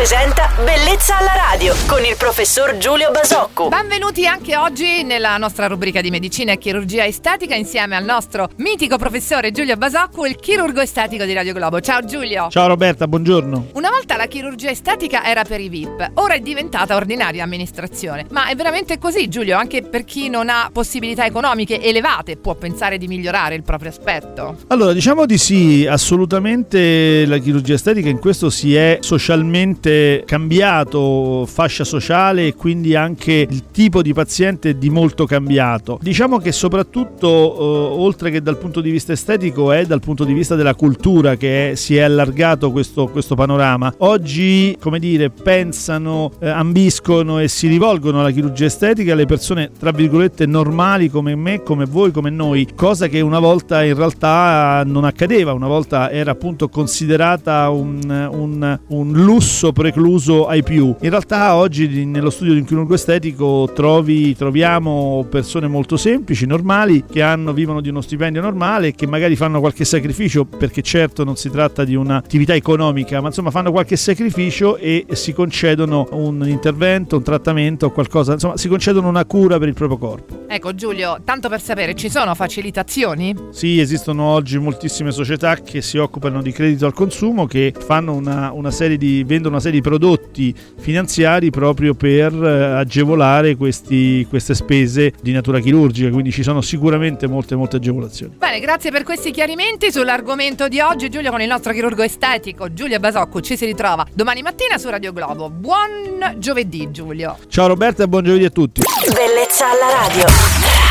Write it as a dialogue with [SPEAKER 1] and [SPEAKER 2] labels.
[SPEAKER 1] presenta Bellezza alla radio con il professor Giulio Basocco.
[SPEAKER 2] Benvenuti anche oggi nella nostra rubrica di medicina e chirurgia estetica insieme al nostro mitico professore Giulio Basocco, il chirurgo estetico di Radio Globo. Ciao Giulio.
[SPEAKER 3] Ciao Roberta, buongiorno.
[SPEAKER 2] Una volta la chirurgia estetica era per i VIP, ora è diventata ordinaria amministrazione. Ma è veramente così, Giulio? Anche per chi non ha possibilità economiche elevate può pensare di migliorare il proprio aspetto?
[SPEAKER 3] Allora, diciamo di sì, assolutamente la chirurgia estetica in questo si è socialmente cambiato, fascia sociale, e quindi anche il tipo di paziente è di molto cambiato. Diciamo che soprattutto, oltre che dal punto di vista estetico, è dal punto di vista della cultura che si è allargato questo panorama. Oggi, come dire, pensano, ambiscono e si rivolgono alla chirurgia estetica le persone, tra virgolette, normali come me, come voi, come noi, cosa che una volta in realtà non accadeva. Una volta era appunto considerata un lusso precluso ai più. In realtà oggi nello studio di un chirurgo estetico troviamo persone molto semplici, normali, che vivono di uno stipendio normale e che magari fanno qualche sacrificio, perché certo non si tratta di un'attività economica, ma insomma fanno qualche sacrificio e si concedono un intervento, un trattamento, qualcosa, insomma si concedono una cura per il proprio corpo.
[SPEAKER 2] Ecco Giulio, tanto per sapere, ci sono facilitazioni?
[SPEAKER 3] Sì, esistono oggi moltissime società che si occupano di credito al consumo, che fanno vendono una serie di prodotti finanziari proprio per agevolare queste spese di natura chirurgica, quindi ci sono sicuramente molte agevolazioni.
[SPEAKER 2] Bene, grazie per questi chiarimenti sull'argomento di oggi, Giulio, con il nostro chirurgo estetico Giulio Basocco. Ci si ritrova domani mattina su Radio Globo. Buon giovedì Giulio.
[SPEAKER 3] Ciao Roberta e buon giovedì a tutti.
[SPEAKER 1] Bellezza alla radio.